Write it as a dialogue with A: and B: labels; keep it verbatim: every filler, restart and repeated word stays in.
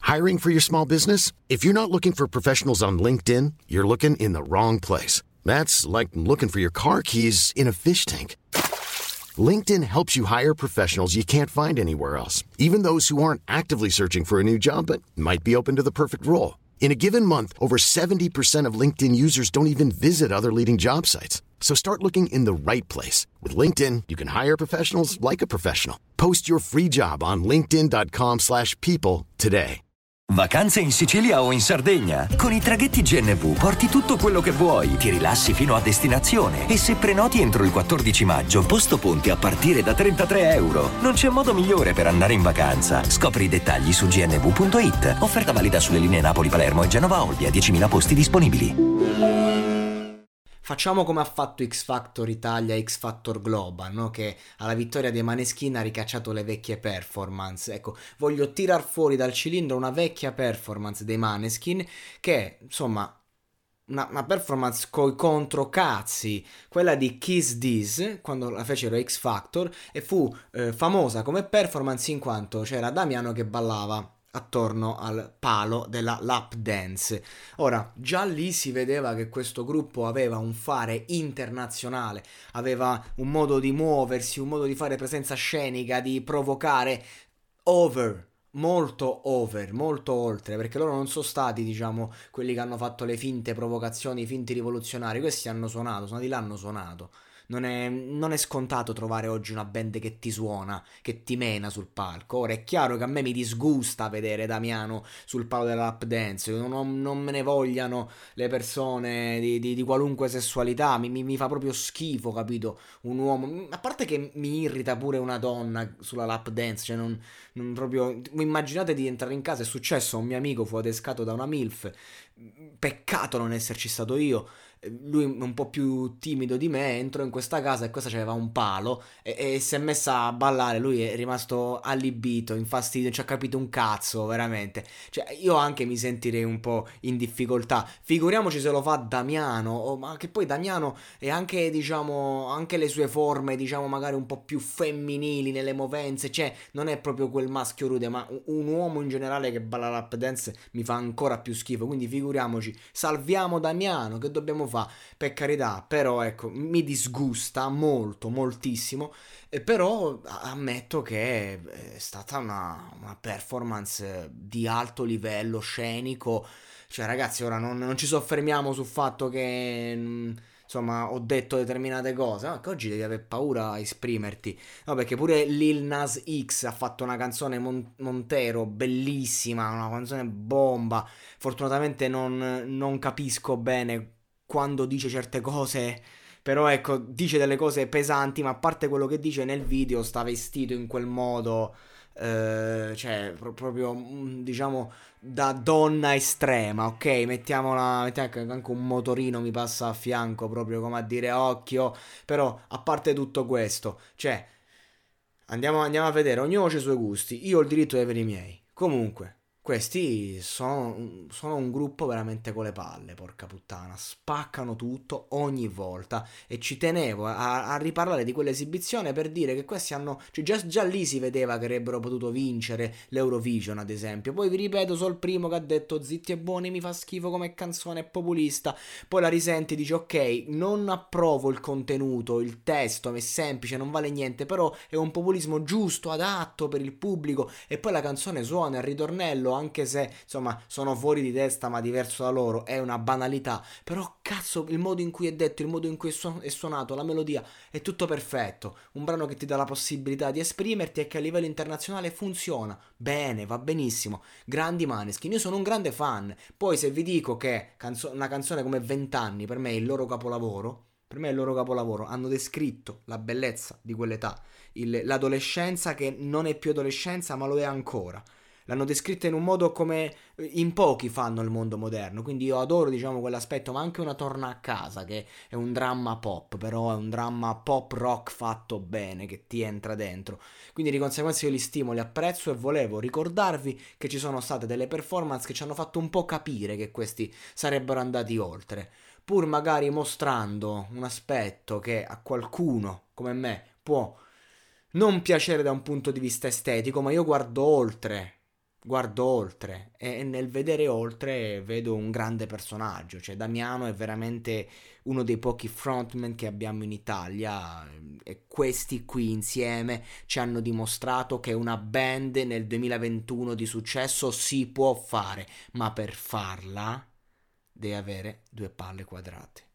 A: Hiring for your small business? If you're not looking for professionals on LinkedIn, you're looking in the wrong place. That's like looking for your car keys in a fish tank. LinkedIn helps you hire professionals you can't find anywhere else, even those who aren't actively searching for a new job but might be open to the perfect role. In a given month, over seventy percent of LinkedIn users don't even visit other leading job sites. So start looking in the right place. With LinkedIn, you can hire professionals like a professional. Post your free job on linkedin dot com slash people today.
B: Vacanze in Sicilia o in Sardegna? Con i traghetti G N V porti tutto quello che vuoi, ti rilassi fino a destinazione e se prenoti entro il quattordici maggio, posto ponti a partire da trentatré euro. Non c'è modo migliore per andare in vacanza. Scopri i dettagli su g n v punto i t. Offerta valida sulle linee Napoli-Palermo e Genova-Olbia, diecimila posti disponibili.
C: Facciamo come ha fatto X Factor Italia, X Factor Global, no? Che alla vittoria dei Maneskin ha ricacciato le vecchie performance. Ecco, voglio tirar fuori dal cilindro una vecchia performance dei Maneskin che, insomma, una, una performance coi controcazzi, quella di Kiss This, quando la fecero X Factor, e fu eh, famosa come performance in quanto c'era Damiano che ballava attorno al palo della lap dance. Ora, già lì si vedeva che questo gruppo aveva un fare internazionale, aveva un modo di muoversi, un modo di fare presenza scenica, di provocare over, molto over, molto oltre, perché loro non sono stati, diciamo, quelli che hanno fatto le finte provocazioni, i finti rivoluzionari. Questi hanno suonato, sono di là, hanno suonato. Non è, non è scontato trovare oggi una band che ti suona, che ti mena sul palco. Ora è chiaro che a me mi disgusta vedere Damiano sul palo della lap dance, non, non me ne vogliano le persone di, di, di qualunque sessualità, mi, mi, mi fa proprio schifo, capito? Un uomo, a parte che mi irrita pure una donna sulla lap dance, cioè non, non proprio... Immaginate di entrare in casa, è successo a un mio amico, fu adescato da una MILF, peccato non esserci stato io. Lui un po' più timido di me, entro in questa casa e questa c'aveva un palo e, e si è messa a ballare. Lui è rimasto allibito, infastidito, non ci ha capito un cazzo, veramente. Cioè io anche mi sentirei un po' in difficoltà, figuriamoci se lo fa Damiano. Oh, ma che poi Damiano è anche, diciamo, anche le sue forme, diciamo, magari un po' più femminili nelle movenze, cioè non è proprio quel maschio rude, ma un uomo in generale che balla lap dance mi fa ancora più schifo. Quindi figuriamoci, salviamo Damiano, che dobbiamo fare? Per carità, però ecco, mi disgusta molto, moltissimo, eh, però ammetto che è stata una, una performance di alto livello scenico. Cioè ragazzi, ora non, non ci soffermiamo sul fatto che mh, insomma ho detto determinate cose, no, che oggi devi avere paura a esprimerti, no, perché pure Lil Nas X ha fatto una canzone Mon- Montero bellissima, una canzone bomba. Fortunatamente non, non capisco bene quando dice certe cose, però ecco, dice delle cose pesanti, ma a parte quello che dice nel video sta vestito in quel modo, eh, cioè pro- proprio diciamo da donna estrema, ok? Mettiamola, mettiamo anche un motorino mi passa a fianco, proprio come a dire occhio. Però a parte tutto questo, cioè andiamo, andiamo a vedere, ognuno ha i suoi gusti, io ho il diritto di avere i miei. Comunque questi sono, sono un gruppo veramente con le palle, porca puttana, spaccano tutto ogni volta e ci tenevo a, a riparlare di quell'esibizione per dire che questi hanno, cioè già, già lì si vedeva che avrebbero potuto vincere l'Eurovision ad esempio. Poi vi ripeto, sono il primo che ha detto zitti e buoni, mi fa schifo come canzone, è populista. Poi la risenti e dici ok, non approvo il contenuto, il testo è semplice, non vale niente, però è un populismo giusto, adatto per il pubblico, e poi la canzone suona, il ritornello, anche se insomma sono fuori di testa ma diverso da loro, è una banalità, però cazzo il modo in cui è detto, il modo in cui è, su- è suonato, la melodia, è tutto perfetto. Un brano che ti dà la possibilità di esprimerti e che a livello internazionale funziona bene, va benissimo. Grandi Maneskin, io sono un grande fan. Poi se vi dico che canzo- una canzone come vent'anni per me è il loro capolavoro, per me è il loro capolavoro, hanno descritto la bellezza di quell'età, il- l'adolescenza che non è più adolescenza ma lo è ancora. L'hanno descritta in un modo come in pochi fanno il mondo moderno, quindi io adoro, diciamo, quell'aspetto, ma anche una Torna a casa, che è un dramma pop, però è un dramma pop rock fatto bene, che ti entra dentro. Quindi di conseguenza io li stimo, li apprezzo, e volevo ricordarvi che ci sono state delle performance che ci hanno fatto un po' capire che questi sarebbero andati oltre, pur magari mostrando un aspetto che a qualcuno come me può non piacere da un punto di vista estetico, ma io guardo oltre guardo oltre e nel vedere oltre vedo un grande personaggio, cioè Damiano è veramente uno dei pochi frontman che abbiamo in Italia e questi qui insieme ci hanno dimostrato che una band nel duemilaventuno di successo si può fare, ma per farla deve avere due palle quadrate.